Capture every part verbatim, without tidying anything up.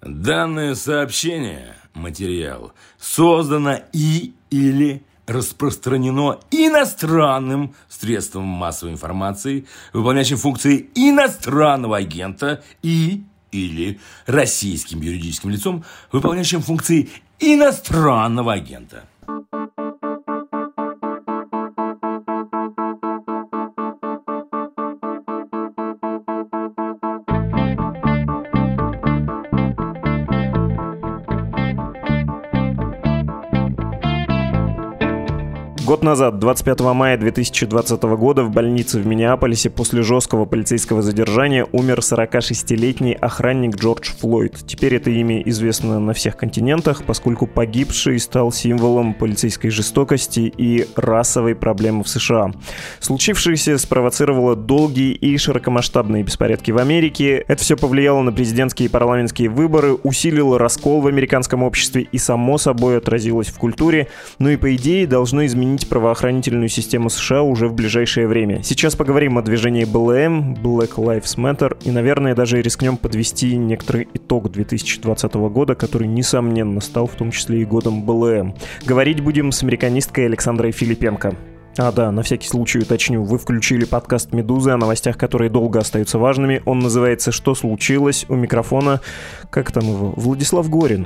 Данное сообщение, материал, создано и или распространено иностранным средством массовой информации, выполняющим функции иностранного агента, и или российским юридическим лицом, выполняющим функции иностранного агента. Год назад, двадцать пятого мая две тысячи двадцатого года, в больнице в Миннеаполисе после жесткого полицейского задержания умер сорокашестилетний охранник Джордж Флойд. Теперь это имя известно на всех континентах, поскольку погибший стал символом полицейской жестокости и расовой проблемы в США. Случившееся спровоцировало долгие и широкомасштабные беспорядки в Америке. Это все повлияло на президентские и парламентские выборы, усилило раскол в американском обществе и, само собой, отразилось в культуре. Ну и, по идее, должно изменить правоохранительную систему США уже в ближайшее время. Сейчас поговорим о движении бэ эл эм, Black Lives Matter, и, наверное, даже рискнем подвести некоторый итог две тысячи двадцатого года, который, несомненно, стал в том числе и годом бэ эл эм. Говорить будем с американисткой Александрой Филипенко. А, да, на всякий случай уточню, вы включили подкаст «Медузы» о новостях, которые долго остаются важными. Он называется «Что случилось?». У микрофона, как там его, Владислав Горин.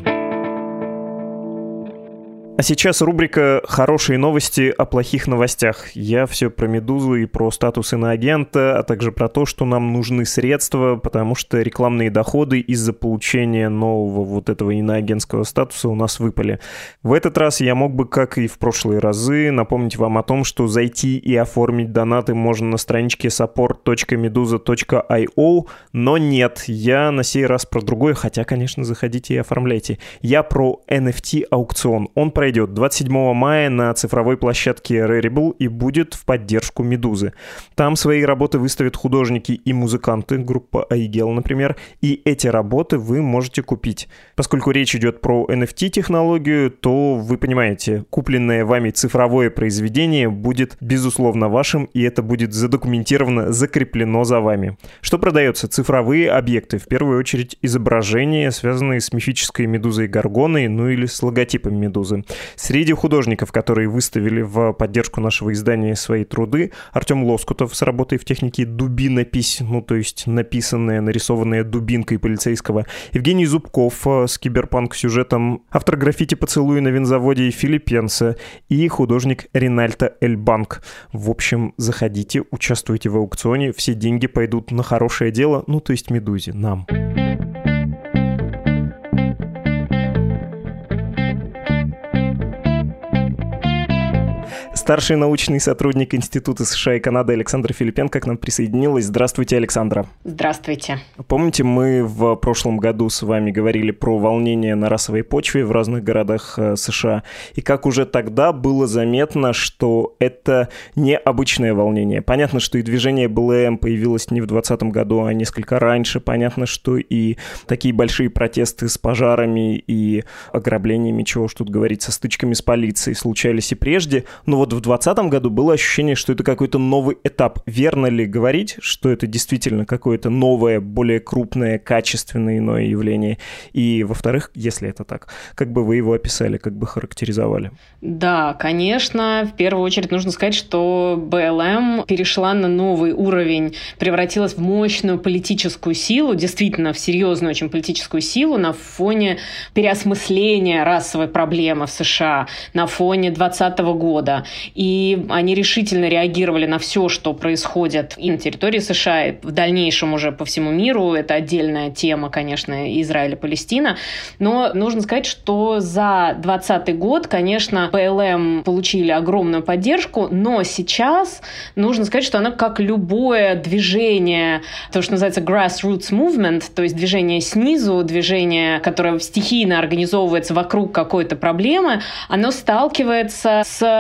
А сейчас рубрика «Хорошие новости о плохих новостях». Я все про «Медузу» и про статус иноагента, а также про то, что нам нужны средства, потому что рекламные доходы из-за получения нового вот этого иноагентского статуса у нас выпали. В этот раз я мог бы, как и в прошлые разы, напомнить вам о том, что зайти и оформить донаты можно на страничке support точка meduza точка io, но нет, я на сей раз про другое, хотя, конечно, заходите и оформляйте. Я про эн эф ти-аукцион. Он пройдет двадцать седьмого мая на цифровой площадке Rarible и будет в поддержку «Медузы». Там свои работы выставят художники и музыканты, группа Айгел, например, и эти работы вы можете купить. Поскольку речь идет про эн эф ти-технологию, то вы понимаете, купленное вами цифровое произведение будет, безусловно, вашим, и это будет задокументировано, закреплено за вами. Что продается? Цифровые объекты, в первую очередь изображения, связанные с мифической Медузой Горгоной, ну или с логотипом Медузы. Среди художников, которые выставили в поддержку нашего издания свои труды, Артем Лоскутов с работой в технике дубинопись, ну то есть написанная, нарисованная дубинкой полицейского, Евгений Зубков с киберпанк-сюжетом, автор граффити «Поцелуй на винзаводе» Филипенко и художник Ринальто Эльбанк. В общем, заходите, участвуйте в аукционе, все деньги пойдут на хорошее дело, ну то есть «Медузе», нам. Старший научный сотрудник Института США и Канады Александра Филипенко к нам присоединилась. Здравствуйте, Александра. Здравствуйте. Помните, мы в прошлом году с вами говорили про волнения на расовой почве в разных городах США, и как уже тогда было заметно, что это не обычное волнение. Понятно, что и движение бэ эл эм появилось не в двадцатом году, а несколько раньше. Понятно, что и такие большие протесты с пожарами и ограблениями, чего уж тут говорить, со стычками с полицией случались и прежде. Но вот в двадцатом году было ощущение, что это какой-то новый этап. Верно ли говорить, что это действительно какое-то новое, более крупное, качественное иное явление? И, во-вторых, если это так, как бы вы его описали, как бы характеризовали? Да, конечно. В первую очередь нужно сказать, что бэ эл эм перешла на новый уровень, превратилась в мощную политическую силу, действительно в серьезную очень политическую силу на фоне переосмысления расовой проблемы в США, на фоне двадцатого года. И они решительно реагировали на все, что происходит и на территории США, и в дальнейшем уже по всему миру. Это отдельная тема, конечно, Израиль и Палестина. Но нужно сказать, что за двадцатый год, конечно, бэ эл эм получили огромную поддержку, но сейчас нужно сказать, что она, как любое движение, то, что называется grassroots movement, то есть движение снизу, движение, которое стихийно организовывается вокруг какой-то проблемы, оно сталкивается с тем,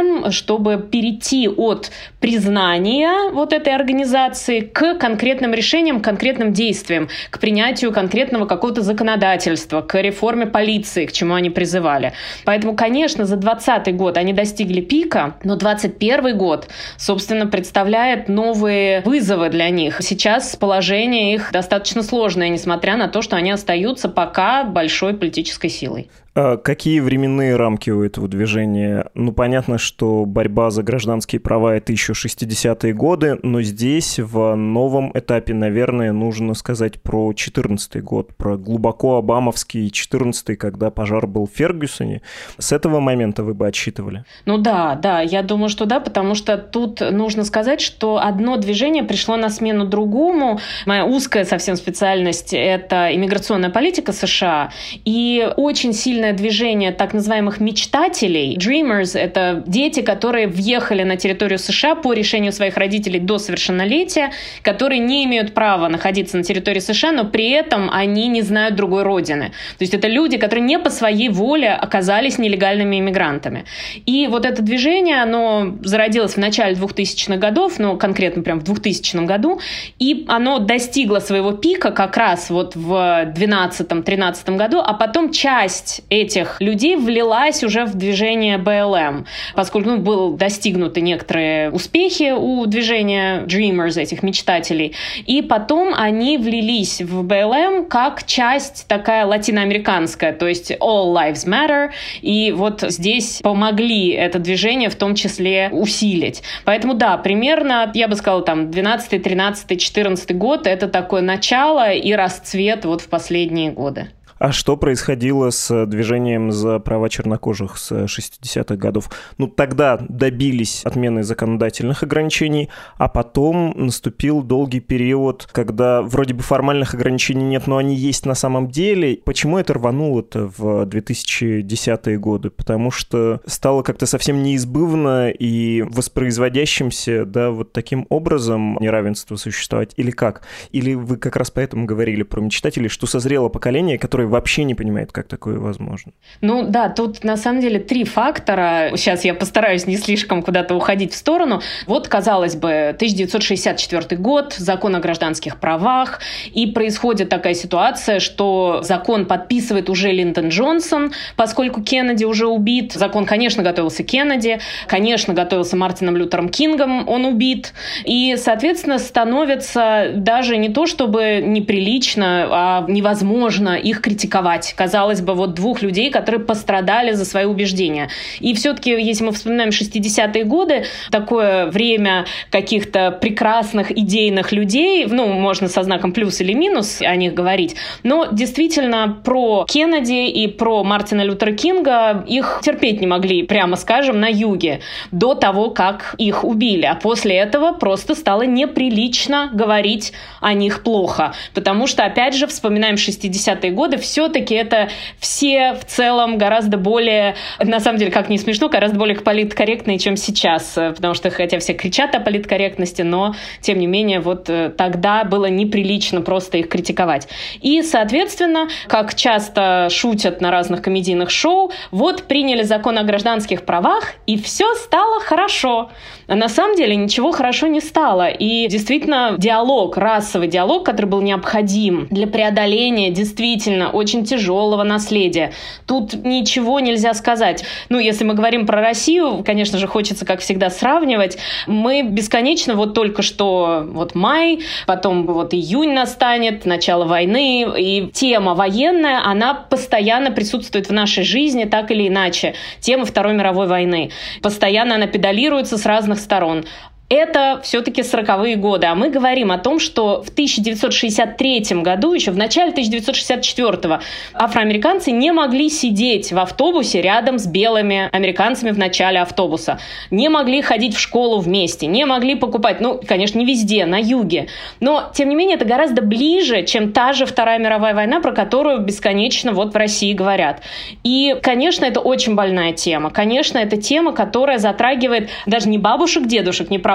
тем, чтобы перейти от признания вот этой организации к конкретным решениям, к конкретным действиям, к принятию конкретного какого-то законодательства, к реформе полиции, к чему они призывали. Поэтому, конечно, за двадцатый год они достигли пика, но двадцать первый год, собственно, представляет новые вызовы для них. Сейчас положение их достаточно сложное, несмотря на то, что они остаются пока большой политической силой. А какие временные рамки у этого движения? Ну, понятно, что борьба за гражданские права — это еще шестидесятые годы, но здесь, в новом этапе, наверное, нужно сказать про четырнадцатый год, про глубоко обамовский четырнадцатый, когда пожар был в Фергюсоне. С этого момента вы бы отсчитывали? Ну да, да, я думаю, что да, потому что тут нужно сказать, что одно движение пришло на смену другому. Моя узкая совсем специальность — это иммиграционная политика США, и очень сильно движение так называемых мечтателей. Dreamers — это дети, которые въехали на территорию США по решению своих родителей до совершеннолетия, которые не имеют права находиться на территории США, но при этом они не знают другой родины. То есть это люди, которые не по своей воле оказались нелегальными иммигрантами. И вот это движение, оно зародилось в начале двухтысячных годов, ну, конкретно прям в двухтысячном году, и оно достигло своего пика как раз вот в двенадцатом-тринадцатом году, а потом часть этих людей влилась уже в движение бэ эл эм, поскольку ну, были достигнуты некоторые успехи у движения Dreamers, этих мечтателей, и потом они влились в бэ эл эм как часть такая латиноамериканская, то есть All Lives Matter, и вот здесь помогли это движение в том числе усилить. Поэтому да, примерно, я бы сказала, там двенадцатый, тринадцатый, четырнадцатый год — это такое начало и расцвет вот в последние годы. А что происходило с движением за права чернокожих с шестидесятых годов? Ну, тогда добились отмены законодательных ограничений, а потом наступил долгий период, когда вроде бы формальных ограничений нет, но они есть на самом деле. Почему это рвануло-то в две тысячи десятые годы? Потому что стало как-то совсем неизбывно и воспроизводящимся, да, вот таким образом неравенство существовать. Или как? Или вы как раз поэтому говорили про мечтателей, что созрело поколение, которое вообще не понимает, как такое возможно. Ну да, тут на самом деле три фактора. Сейчас я постараюсь не слишком куда-то уходить в сторону. Вот, казалось бы, тысяча девятьсот шестьдесят четвёртый год, закон о гражданских правах, и происходит такая ситуация, что закон подписывает уже Линдон Джонсон, поскольку Кеннеди уже убит. Закон, конечно, готовился Кеннеди, конечно, готовился Мартином Лютером Кингом, он убит. И, соответственно, становится даже не то, чтобы неприлично, а невозможно их критиковать. критиковать. Казалось бы, вот двух людей, которые пострадали за свои убеждения. И все-таки, если мы вспоминаем шестидесятые годы, такое время каких-то прекрасных идейных людей, ну, можно со знаком плюс или минус о них говорить, но действительно про Кеннеди и про Мартина Лютера Кинга их терпеть не могли, прямо скажем, на юге, до того, как их убили. А после этого просто стало неприлично говорить о них плохо. Потому что, опять же, вспоминаем шестидесятые годы, все-таки это все в целом гораздо более, на самом деле, как ни смешно, гораздо более политкорректные, чем сейчас. Потому что, хотя все кричат о политкорректности, но, тем не менее, вот тогда было неприлично просто их критиковать. И, соответственно, как часто шутят на разных комедийных шоу, вот приняли закон о гражданских правах, и все стало хорошо. А на самом деле ничего хорошо не стало. И действительно, диалог, расовый диалог, который был необходим для преодоления действительно очень тяжелого наследия. Тут ничего нельзя сказать. Ну, если мы говорим про Россию, конечно же, хочется, как всегда, сравнивать. Мы бесконечно, вот только что вот май, потом вот июнь настанет, начало войны, и тема военная, она постоянно присутствует в нашей жизни, так или иначе. Тема Второй мировой войны. Постоянно она педалируется с разных сторон. Это все-таки сороковые годы, а мы говорим о том, что в тысяча девятьсот шестьдесят третьем году, еще в начале тысяча девятьсот шестьдесят четвёртого, афроамериканцы не могли сидеть в автобусе рядом с белыми американцами в начале автобуса, не могли ходить в школу вместе, не могли покупать, ну, конечно, не везде, на юге, но, тем не менее, это гораздо ближе, чем та же Вторая мировая война, про которую бесконечно вот в России говорят. И, конечно, это очень больная тема, конечно, это тема, которая затрагивает даже не бабушек, дедушек, не прабабушек,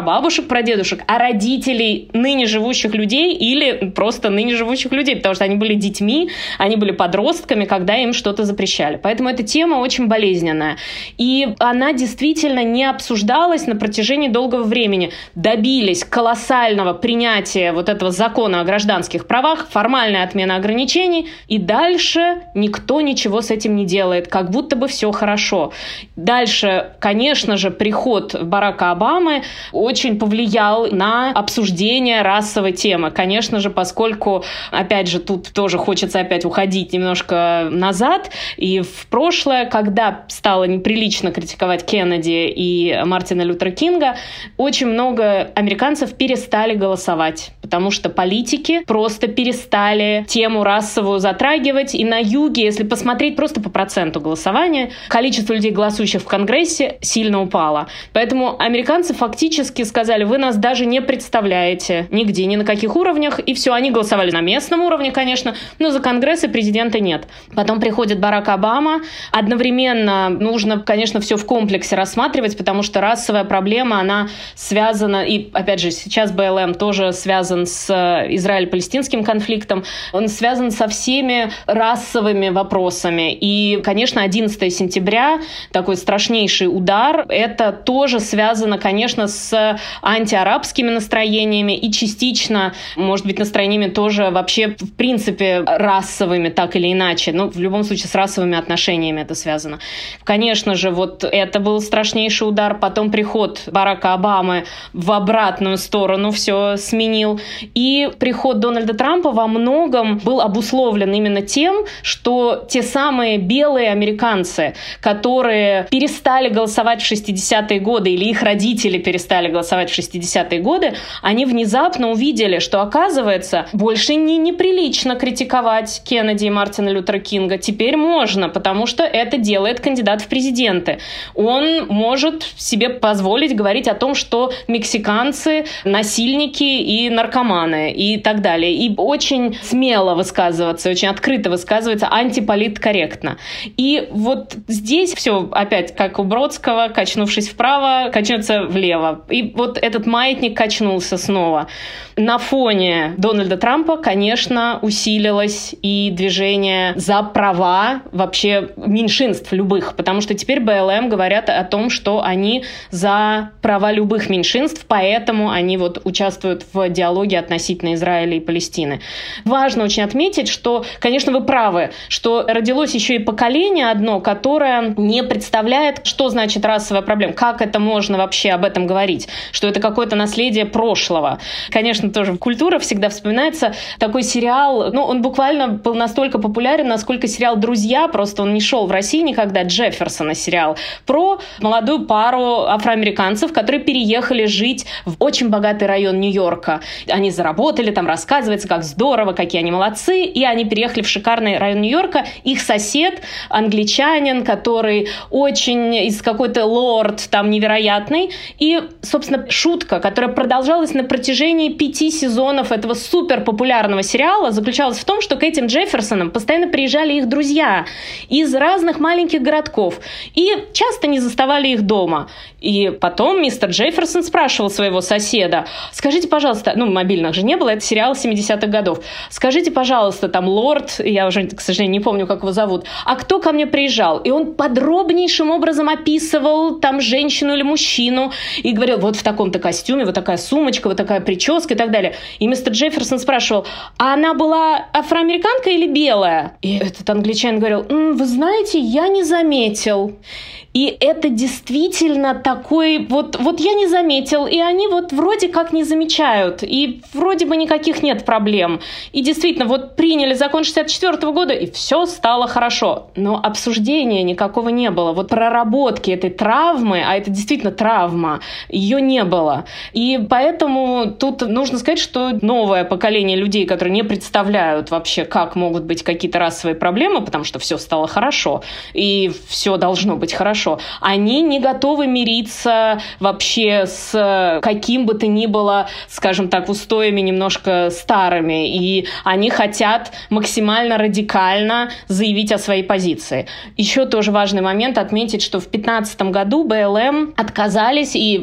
прабабушек, прадедушек, а родителей ныне живущих людей или просто ныне живущих людей, потому что они были детьми, они были подростками, когда им что-то запрещали. Поэтому эта тема очень болезненная. И она действительно не обсуждалась на протяжении долгого времени. Добились колоссального принятия вот этого закона о гражданских правах, формальная отмена ограничений, и дальше никто ничего с этим не делает, как будто бы все хорошо. Дальше, конечно же, приход Барака Обамы очень повлиял на обсуждение расовой темы. Конечно же, поскольку, опять же, тут тоже хочется опять уходить немножко назад и в прошлое, когда стало неприлично критиковать Кеннеди и Мартина Лютера Кинга, очень много американцев перестали голосовать, потому что политики просто перестали тему расовую затрагивать. И на юге, если посмотреть просто по проценту голосования, количество людей, голосующих в Конгрессе, сильно упало. Поэтому американцы фактически сказали: вы нас даже не представляете нигде, ни на каких уровнях. И все, они голосовали на местном уровне, конечно, но за Конгресс и президента нет. Потом приходит Барак Обама. Одновременно нужно, конечно, все в комплексе рассматривать, потому что расовая проблема, она связана, и, опять же, сейчас БЛМ тоже связан с израиль-палестинским конфликтом, он связан со всеми расовыми вопросами. И, конечно, одиннадцатого сентября, такой страшнейший удар, это тоже связано, конечно, с антиарабскими настроениями и частично, может быть, настроениями тоже вообще, в принципе, расовыми, так или иначе. Но в любом случае с расовыми отношениями это связано. Конечно же, вот это был страшнейший удар. Потом приход Барака Обамы в обратную сторону все сменил. И приход Дональда Трампа во многом был обусловлен именно тем, что те самые белые американцы, которые перестали голосовать в шестидесятые годы, или их родители перестали голосовать в шестидесятые годы, они внезапно увидели, что, оказывается, больше не неприлично критиковать Кеннеди и Мартина Лютера Кинга. Теперь можно, потому что это делает кандидат в президенты. Он может себе позволить говорить о том, что мексиканцы — насильники и наркоманы и так далее. И очень смело высказываться, очень открыто высказываться, антиполиткорректно. И вот здесь все опять, как у Бродского, качнувшись вправо, качнется влево. И вот этот маятник качнулся снова. На фоне Дональда Трампа, конечно, усилилось и движение за права вообще меньшинств любых, потому что теперь БЛМ говорят о том, что они за права любых меньшинств, поэтому они вот участвуют в диалоге относительно Израиля и Палестины. Важно очень отметить, что, конечно, вы правы, что родилось еще и поколение одно, которое не представляет, что значит расовая проблема, как это можно вообще об этом говорить, что это какое-то наследие прошлого. Конечно, тоже культура всегда вспоминается. Такой сериал, ну, он буквально был настолько популярен, насколько сериал «Друзья», просто он не шел в России никогда, Джефферсона сериал, про молодую пару афроамериканцев, которые переехали жить в очень богатый район Нью-Йорка. Они заработали, там рассказывается, как здорово, какие они молодцы, и они переехали в шикарный район Нью-Йорка. Их сосед, англичанин, который очень из какой-то лорд там невероятный. И, собственно, шутка, которая продолжалась на протяжении пяти сезонов этого суперпопулярного сериала, заключалась в том, что к этим Джефферсонам постоянно приезжали их друзья из разных маленьких городков и часто не заставали их дома. И потом мистер Джефферсон спрашивал своего соседа: скажите, пожалуйста, ну, мобильных же не было, это сериал семидесятых годов, скажите, пожалуйста, там, лорд, я уже, к сожалению, не помню, как его зовут, а кто ко мне приезжал? И он подробнейшим образом описывал там женщину или мужчину и говорил: вот в таком-то костюме, вот такая сумочка, вот такая прическа и так далее. И мистер Джефферсон спрашивал: а она была афроамериканка или белая? И этот англичанин говорил: м, вы знаете, я не заметил. И это действительно такой, вот, вот я не заметил, и они вот вроде как не замечают, и вроде бы никаких нет проблем. И действительно, вот приняли закон шестьдесят четвёртого года, и все стало хорошо. Но обсуждения никакого не было. Вот проработки этой травмы, а это действительно травма, ее не было. И поэтому тут нужно сказать, что новое поколение людей, которые не представляют вообще, как могут быть какие-то расовые проблемы, потому что все стало хорошо, и все должно быть хорошо, они не готовы мириться вообще с каким бы то ни было, скажем так, устоями немножко старыми. И они хотят максимально радикально заявить о своей позиции. Еще тоже важный момент отметить, что в две тысячи пятнадцатом году БЛМ отказались, и официально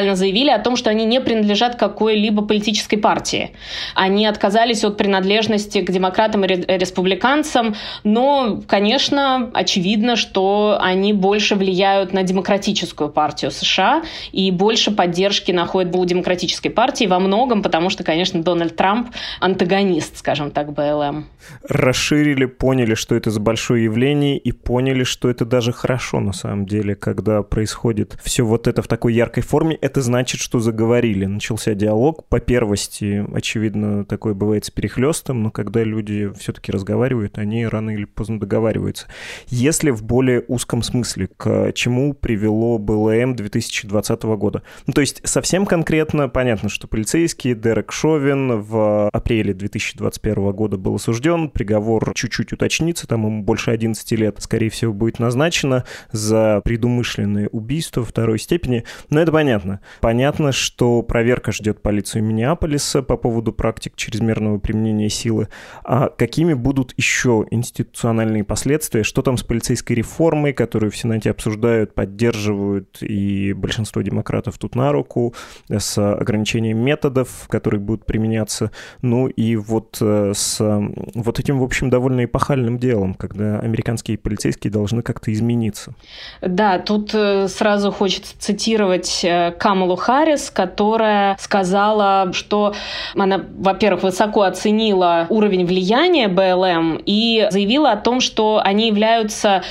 официально заявили о том, что они не принадлежат какой-либо политической партии. Они отказались от принадлежности к демократам и республиканцам, но, конечно, очевидно, что они больше влияют на демократическую партию США и больше поддержки находят у демократической партии во многом, потому что, конечно, Дональд Трамп антагонист, скажем так, бэ эл эм. Расширили, поняли, что это за большое явление, и поняли, что это даже хорошо на самом деле, когда происходит все вот это в такой яркой форме. Это значит, что заговорили. Начался диалог. По первости, очевидно, такое бывает с перехлестом, но когда люди все-таки разговаривают, они рано или поздно договариваются. Если в более узком смысле, к чему привело бэ эл эм две тысячи двадцатого года? Ну, то есть совсем конкретно понятно, что полицейский Дерек Шовин в апреле две тысячи двадцать первого года был осужден, приговор чуть-чуть уточнится, там ему больше одиннадцати лет, скорее всего, будет назначено за предумышленное убийство второй степени, но это понятно. Понятно, что проверка ждет полицию Миннеаполиса по поводу практик чрезмерного применения силы. А какими будут еще институциональные последствия? Что там с полицейской реформой, которую в Сенате обсуждают, поддерживают, и большинство демократов тут на руку, с ограничением методов, которые будут применяться, ну и вот с вот этим, в общем, довольно эпохальным делом, когда американские полицейские должны как-то измениться. Да, тут сразу хочется цитировать Камалу Харрис, которая сказала, что она, во-первых, высоко оценила уровень влияния бэ эл эм и заявила о том, что они являются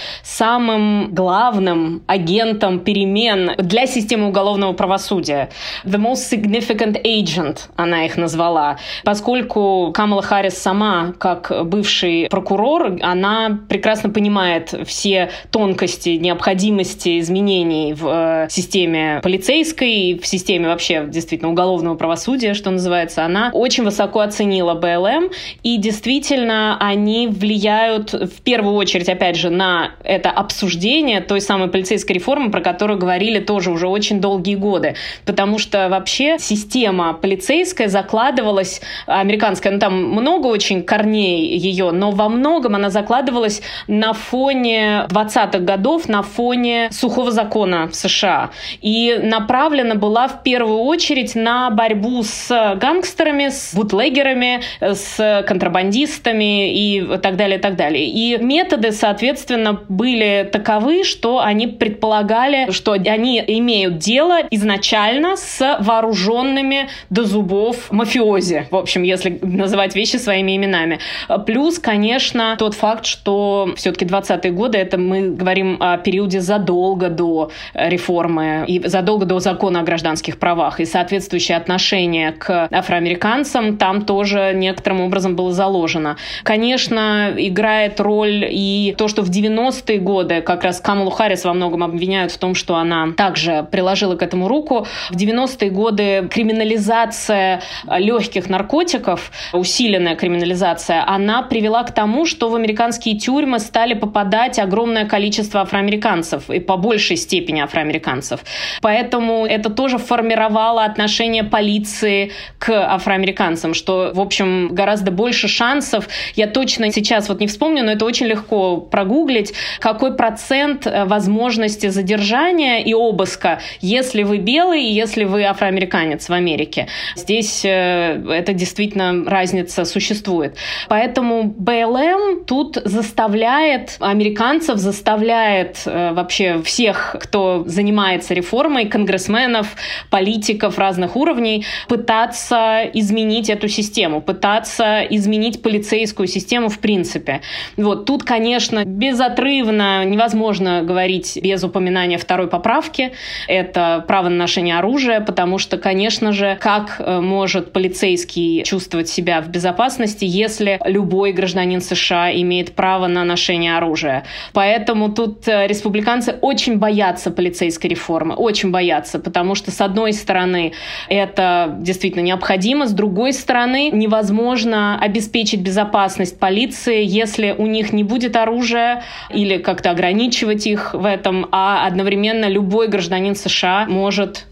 самым главным агентом перемен для системы уголовного правосудия. The most significant agent, она их назвала. Поскольку Камала Харрис сама, как бывший прокурор, она прекрасно понимает все тонкости, необходимости изменений в системе полицейской, в системе вообще действительно уголовного правосудия, что называется. Она очень высоко оценила бэ эл эм, и действительно они влияют в первую очередь, опять же, на это обсуждение той самой полицейской реформы, про которую говорили тоже уже очень долгие годы. Потому что вообще система полицейская закладывалась, американская, ну там много очень корней ее, но во многом она закладывалась на фоне двадцатых годов, на фоне сухого закона в США. И направлена была в первую очередь на борьбу с гангстерами, с бутлегерами, с контрабандистами и так далее, и так далее. И методы, соответственно, были таковы, что они предполагали, что они имеют дело изначально с вооруженными до зубов мафиози. В общем, если называть вещи своими именами. Плюс, конечно, тот факт, что все-таки двадцатые годы, это мы говорим о периоде задолго до реформы и задолго до закона о гражданских правах. И соответствующее отношение к афроамериканцам там тоже некоторым образом было заложено. Конечно, играет роль и то, что в девяностые годы как раз Камалу Харрис во многом обвиняют в том, что она также приложила к этому руку. В девяностые годы криминализация легких наркотиков, усиленная криминализация, она привела к тому, что в американские тюрьмы стали попадать огромное количество афроамериканцев, и по большей степени афроамериканцев. Поэтому это тоже формировало отношение полиции к афроамериканцам, что, в общем, гораздо больше шансов. Я точно сейчас вот не вспомню, но это очень легко прогуглить, какой процент возможности задержания и обыска, если вы белый, если вы афроамериканец в Америке. Здесь это действительно разница существует. Поэтому бэ эл эм тут заставляет американцев, заставляет вообще всех, кто занимается реформой, конгрессменов, политиков разных уровней, пытаться изменить эту систему, пытаться изменить полицейскую систему в принципе. Вот тут, конечно, безотрывно невозможно говорить без упоминания второй поправки. Это право на ношение оружия, потому что, конечно же, как может полицейский чувствовать себя в безопасности, если любой гражданин США имеет право на ношение оружия. Поэтому тут республиканцы очень боятся полицейской реформы, очень боятся, потому что, с одной стороны, это действительно необходимо, с другой стороны, невозможно обеспечить безопасность полиции, если у них не будет оружия или как-то ограничивать их в этом, а одновременно любой гражданин США может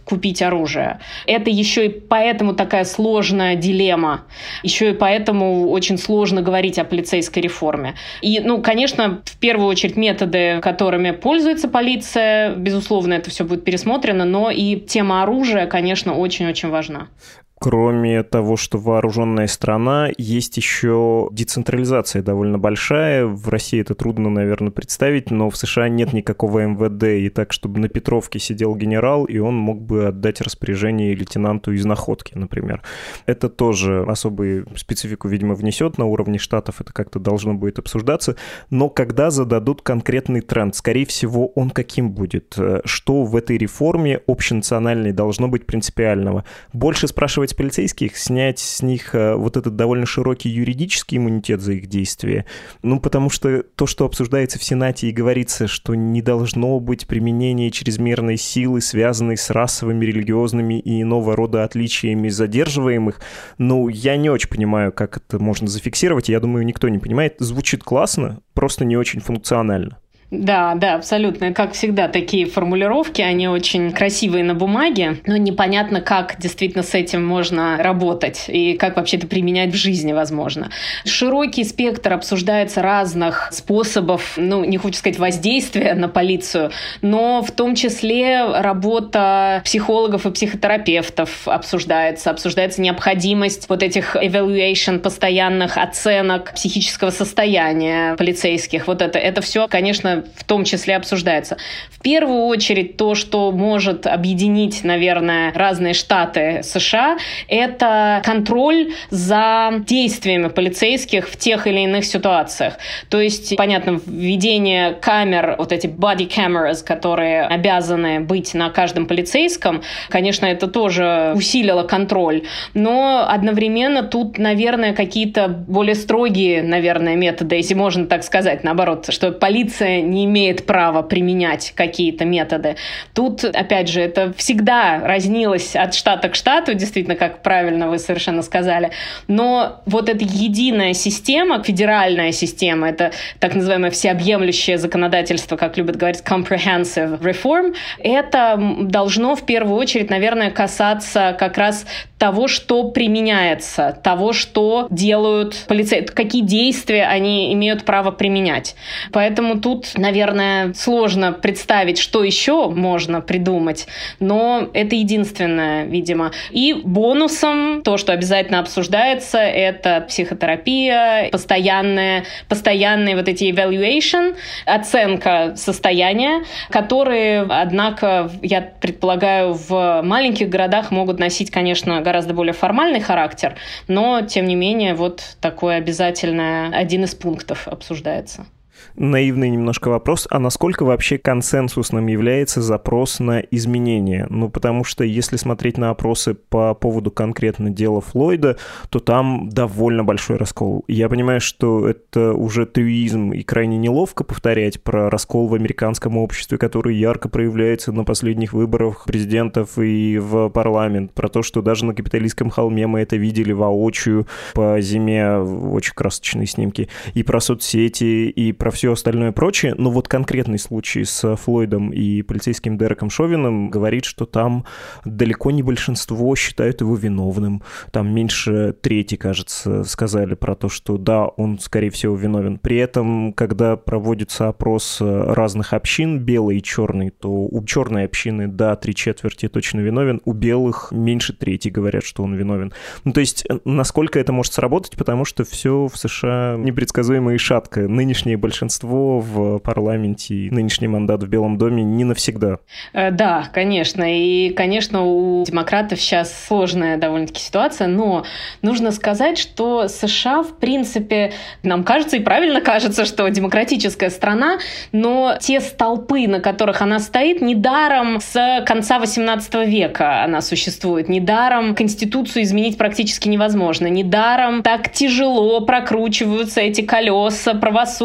купить оружие. Это еще и поэтому такая сложная дилемма. Еще и поэтому очень сложно говорить о полицейской реформе. И, ну, конечно, в первую очередь методы, которыми пользуется полиция, безусловно, это все будет пересмотрено, но и тема оружия, конечно, очень-очень важна. Кроме того, что вооруженная страна, есть еще децентрализация довольно большая. В России это трудно, наверное, представить, но в США нет никакого эм вэ дэ, и так, чтобы на Петровке сидел генерал, и он мог бы отдать распоряжение лейтенанту из Находки, например. Это тоже особую специфику, видимо, внесет на уровне штатов, это как-то должно будет обсуждаться. Но когда зададут конкретный тренд, скорее всего, он каким будет? Что в этой реформе общенациональной должно быть принципиального? Больше спрашивать полицейских, снять с них вот этот довольно широкий юридический иммунитет за их действия. Ну, потому что то, что обсуждается в Сенате и говорится, что не должно быть применения чрезмерной силы, связанной с расовыми, религиозными и иного рода отличиями задерживаемых, ну, я не очень понимаю, как это можно зафиксировать. Я думаю, никто не понимает. Звучит классно, просто не очень функционально. Да, да, абсолютно. Как всегда, такие формулировки, они очень красивые на бумаге, но непонятно, как действительно с этим можно работать и как вообще это применять в жизни возможно. Широкий спектр обсуждается разных способов, ну, не хочу сказать воздействия на полицию, но в том числе работа психологов и психотерапевтов обсуждается, обсуждается необходимость вот этих evaluation, постоянных оценок психического состояния полицейских. Вот это, это все, конечно, в том числе обсуждается. В первую очередь то, что может объединить, наверное, разные штаты США, это контроль за действиями полицейских в тех или иных ситуациях. То есть, понятно, введение камер, вот эти body cameras, которые обязаны быть на каждом полицейском, конечно, это тоже усилило контроль. Но одновременно тут, наверное, какие-то более строгие, наверное, методы, если можно так сказать, наоборот, что полиция не имеет права применять какие-то методы. Тут, опять же, это всегда разнилось от штата к штату, действительно, как правильно вы совершенно сказали. Но вот эта единая система, федеральная система, это так называемое всеобъемлющее законодательство, как любят говорить, comprehensive reform, это должно в первую очередь, наверное, касаться как раз того, что применяется, того, что делают полицейские, какие действия они имеют право применять. Поэтому тут, наверное, сложно представить, что еще можно придумать, но это единственное, видимо. И бонусом, то, что обязательно обсуждается, это психотерапия, постоянные, постоянные вот эти evaluation, оценка состояния, которые, однако, я предполагаю, в маленьких городах могут носить, конечно, гораздо более формальный характер, но, тем не менее, вот такой обязательно один из пунктов обсуждается. Наивный немножко вопрос, а насколько вообще консенсусным является запрос на изменения? Ну, потому что если смотреть на опросы по поводу конкретно дела Флойда, то там довольно большой раскол. Я понимаю, что это уже туизм и крайне неловко повторять про раскол в американском обществе, который ярко проявляется на последних выборах президентов и в парламент, про то, что даже на Капитолийском холме мы это видели воочию по зиме, очень красочные снимки, и про соцсети, и про все остальное прочее, но вот конкретный случай с Флойдом и полицейским Дереком Шовином говорит, что там далеко не большинство считают его виновным. Там меньше трети, кажется, сказали про то, что да, он, скорее всего, виновен. При этом, когда проводится опрос разных общин, белой и черной, то у черной общины, да, три четверти точно виновен, у белых меньше трети говорят, что он виновен. Ну, то есть, насколько это может сработать, потому что все в США непредсказуемо и шатко. Нынешнее большинство в парламенте и нынешний мандат в Белом доме не навсегда. Да, конечно. И, конечно, у демократов сейчас сложная довольно-таки ситуация, но нужно сказать, что США, в принципе, нам кажется и правильно кажется, что демократическая страна, но те столпы, на которых она стоит, недаром с конца восемнадцатого века она существует, недаром Конституцию изменить практически невозможно, недаром так тяжело прокручиваются эти колеса правосудия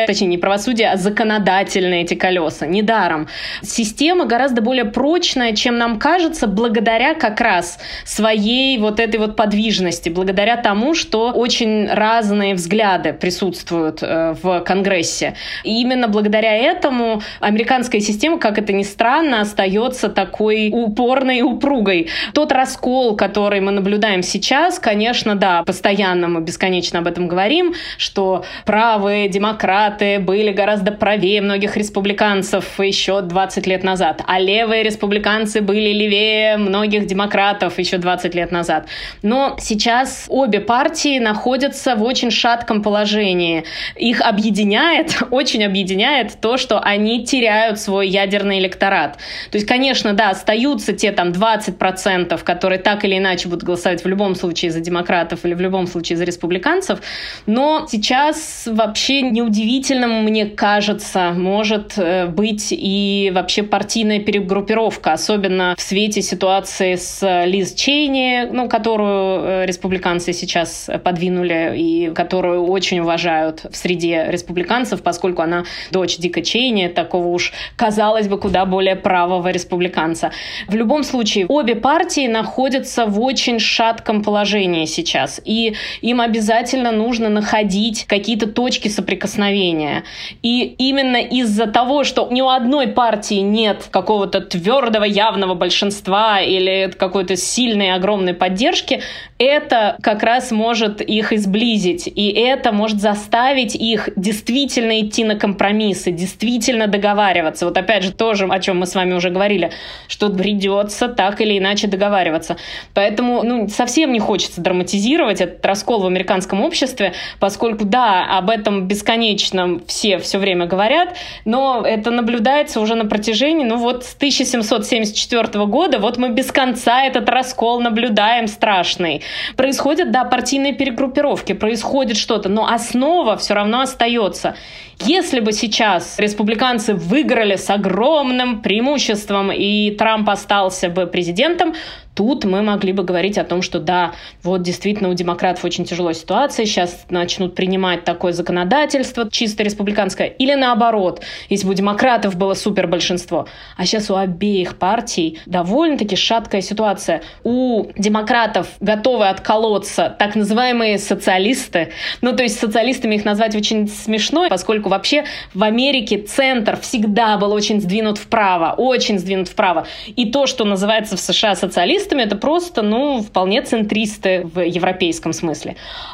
точнее, не правосудие, а законодательные эти колеса. Недаром. Система гораздо более прочная, чем нам кажется, благодаря как раз своей вот этой вот подвижности, благодаря тому, что очень разные взгляды присутствуют в Конгрессе. И именно благодаря этому американская система, как это ни странно, остается такой упорной и упругой. Тот раскол, который мы наблюдаем сейчас, конечно, да, постоянно мы бесконечно об этом говорим, что правые демократы были гораздо правее многих республиканцев еще двадцать лет назад, а левые республиканцы были левее многих демократов еще двадцать лет назад. Но сейчас обе партии находятся в очень шатком положении. Их объединяет, очень объединяет то, что они теряют свой ядерный электорат. То есть, конечно, да, остаются те там двадцать процентов, которые так или иначе будут голосовать в любом случае за демократов или в любом случае за республиканцев, но сейчас вообще неудивительным, мне кажется, может быть и вообще партийная перегруппировка, особенно в свете ситуации с Лиз Чейни, ну, которую республиканцы сейчас подвинули и которую очень уважают в среде республиканцев, поскольку она дочь Дика Чейни, такого уж, казалось бы, куда более правого республиканца. В любом случае, обе партии находятся в очень шатком положении сейчас, и им обязательно нужно находить какие-то точки соприкосновения. И именно из-за того, что ни у одной партии нет какого-то твердого, явного большинства или какой-то сильной, огромной поддержки, это как раз может их изблизить, и это может заставить их действительно идти на компромиссы, действительно договариваться. Вот опять же, тоже, о чем мы с вами уже говорили, что придется так или иначе договариваться. Поэтому ну, совсем не хочется драматизировать этот раскол в американском обществе, поскольку, да, об этом бесконечно все все время говорят, но это наблюдается уже на протяжении, ну вот с тысяча семьсот семьдесят четвёртого года, вот мы без конца этот раскол наблюдаем страшный. Происходят, да, партийные перегруппировки, происходит что-то, но основа все равно остается. Если бы сейчас республиканцы выиграли с огромным преимуществом и Трамп остался бы президентом, тут мы могли бы говорить о том, что да, вот действительно у демократов очень тяжелая ситуация, сейчас начнут принимать такое законодательство чисто республиканское. Или наоборот, если бы у демократов было супербольшинство. А сейчас у обеих партий довольно-таки шаткая ситуация. У демократов готовы отколоться так называемые социалисты. Ну, то есть социалистами их назвать очень смешно, поскольку вообще в Америке центр всегда был очень сдвинут вправо, очень сдвинут вправо. И то, что называется в США социалистами, это просто, ну, вполне центристы в европейском смысле.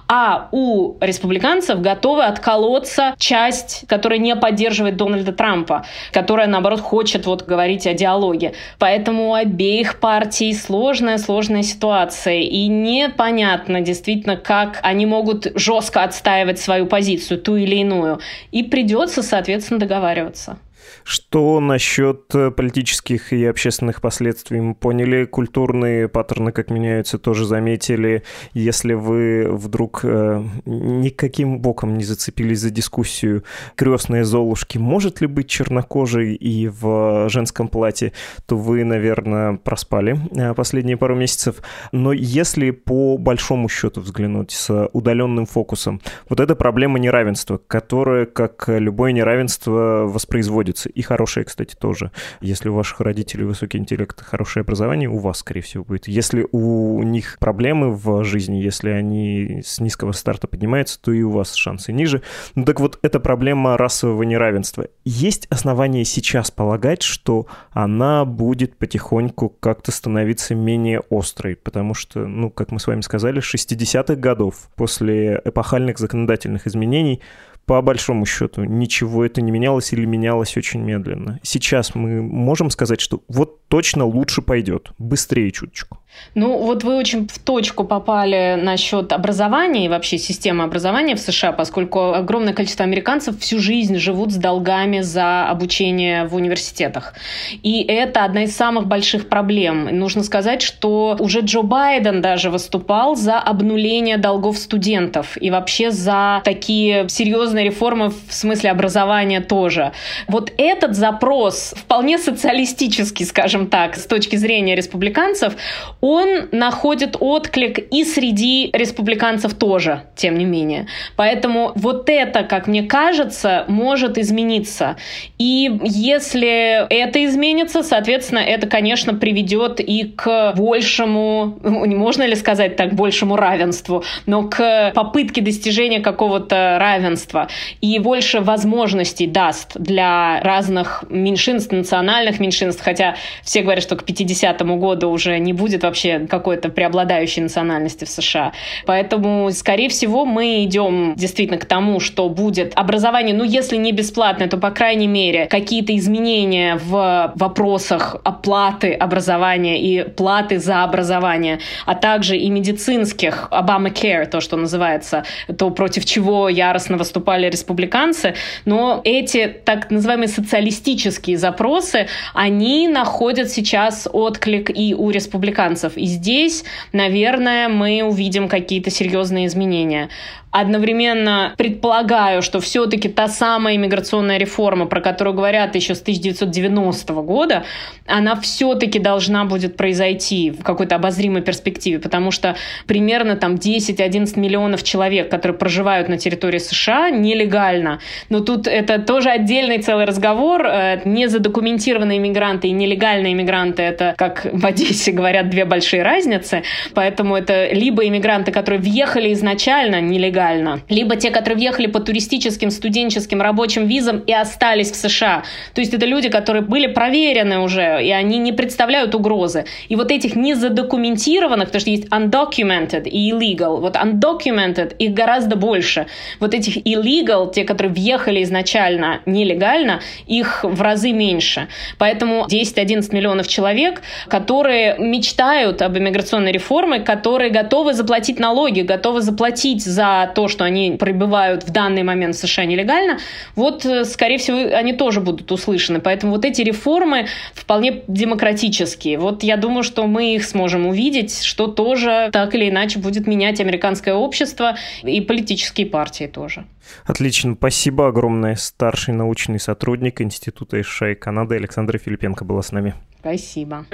А у республиканцев готовы отколоться часть, которая не поддерживает Дональда Трампа, которая, наоборот, хочет вот говорить о диалоге. Поэтому у обеих партий сложная-сложная ситуация. И непонятно действительно, как они могут жестко отстаивать свою позицию, ту или иную. И придется, соответственно, договариваться. Что насчет политических и общественных последствий? Мы поняли, культурные паттерны, как меняются, тоже заметили. Если вы вдруг э, никаким боком не зацепились за дискуссию «Крестные Золушки» может ли быть чернокожей и в женском платье, то вы, наверное, проспали последние пару месяцев. Но если по большому счету взглянуть с удаленным фокусом, вот эта проблема неравенства, которая, как любое неравенство, воспроизводится. И хорошее, кстати, тоже. Если у ваших родителей высокий интеллект, хорошее образование, у вас, скорее всего, будет. Если у них проблемы в жизни, если они с низкого старта поднимаются, то и у вас шансы ниже. Ну так вот, эта проблема расового неравенства. Есть основания сейчас полагать, что она будет потихоньку как-то становиться менее острой, потому что, ну, как мы с вами сказали, с шестидесятых годов, после эпохальных законодательных изменений, по большому счету, ничего это не менялось или менялось очень медленно. Сейчас мы можем сказать, что вот точно лучше пойдет, быстрее чуточку. Ну, вот вы очень в точку попали насчет образования и вообще системы образования в США, поскольку огромное количество американцев всю жизнь живут с долгами за обучение в университетах. И это одна из самых больших проблем. Нужно сказать, что уже Джо Байден даже выступал за обнуление долгов студентов и вообще за такие серьезные реформы в смысле образования тоже. Вот этот запрос, вполне социалистический, скажем скажем так, с точки зрения республиканцев, он находит отклик и среди республиканцев тоже, тем не менее. Поэтому вот это, как мне кажется, может измениться. И если это изменится, соответственно, это, конечно, приведет и к большему, можно ли сказать так, большему равенству, но к попытке достижения какого-то равенства и больше возможностей даст для разных меньшинств, национальных меньшинств, хотя все говорят, что к пятидесятому году уже не будет вообще какой-то преобладающей национальности в США. Поэтому, скорее всего, мы идем действительно к тому, что будет образование, ну, если не бесплатное, то, по крайней мере, какие-то изменения в вопросах оплаты образования и платы за образование, а также и медицинских, Obamacare, то, что называется, то, против чего яростно выступали республиканцы. Но эти так называемые социалистические запросы, они находят сейчас отклик и у республиканцев. И здесь, наверное, мы увидим какие-то серьезные изменения. Одновременно предполагаю, что все-таки та самая иммиграционная реформа, про которую говорят еще с тысяча девятьсот девяностого года, она все-таки должна будет произойти в какой-то обозримой перспективе, потому что примерно там десять-одиннадцать миллионов человек, которые проживают на территории США нелегально. Но тут это тоже отдельный целый разговор. Незадокументированные иммигранты и нелегальные иммигранты — это, как в Одессе говорят, две большие разницы. Поэтому это либо иммигранты, которые въехали изначально нелегально, либо те, которые въехали по туристическим, студенческим, рабочим визам и остались в США. То есть это люди, которые были проверены уже, и они не представляют угрозы. И вот этих незадокументированных, потому что есть undocumented и illegal, вот undocumented их гораздо больше. Вот этих illegal, те, которые въехали изначально нелегально, их в разы меньше. Поэтому десять-одиннадцать миллионов человек, которые мечтают об иммиграционной реформе, которые готовы заплатить налоги, готовы заплатить за то, что они пребывают в данный момент в США нелегально, вот, скорее всего, они тоже будут услышаны. Поэтому вот эти реформы вполне демократические. Вот я думаю, что мы их сможем увидеть, что тоже так или иначе будет менять американское общество и политические партии тоже. Отлично, спасибо огромное. Старший научный сотрудник Института США и Канады Александра Филипенко была с нами. Спасибо.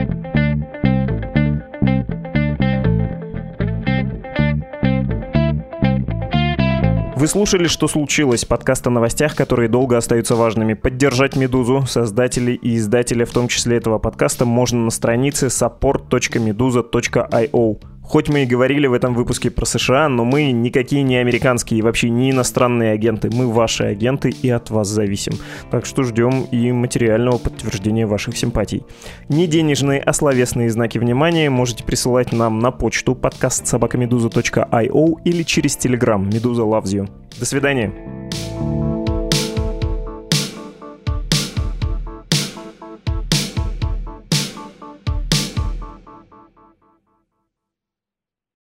Вы слушали «Что случилось?» Подкаст о новостях, которые долго остаются важными. Поддержать «Медузу», создателей и издателя, в том числе этого подкаста, можно на странице support точка meduza точка io. Хоть мы и говорили в этом выпуске про США, но мы никакие не американские и вообще не иностранные агенты. Мы ваши агенты и от вас зависим. Так что ждем и материального подтверждения ваших симпатий. Не денежные, а словесные знаки внимания можете присылать нам на почту подкаст собака медуза точка io или через Telegram. Медуза loves you. До свидания.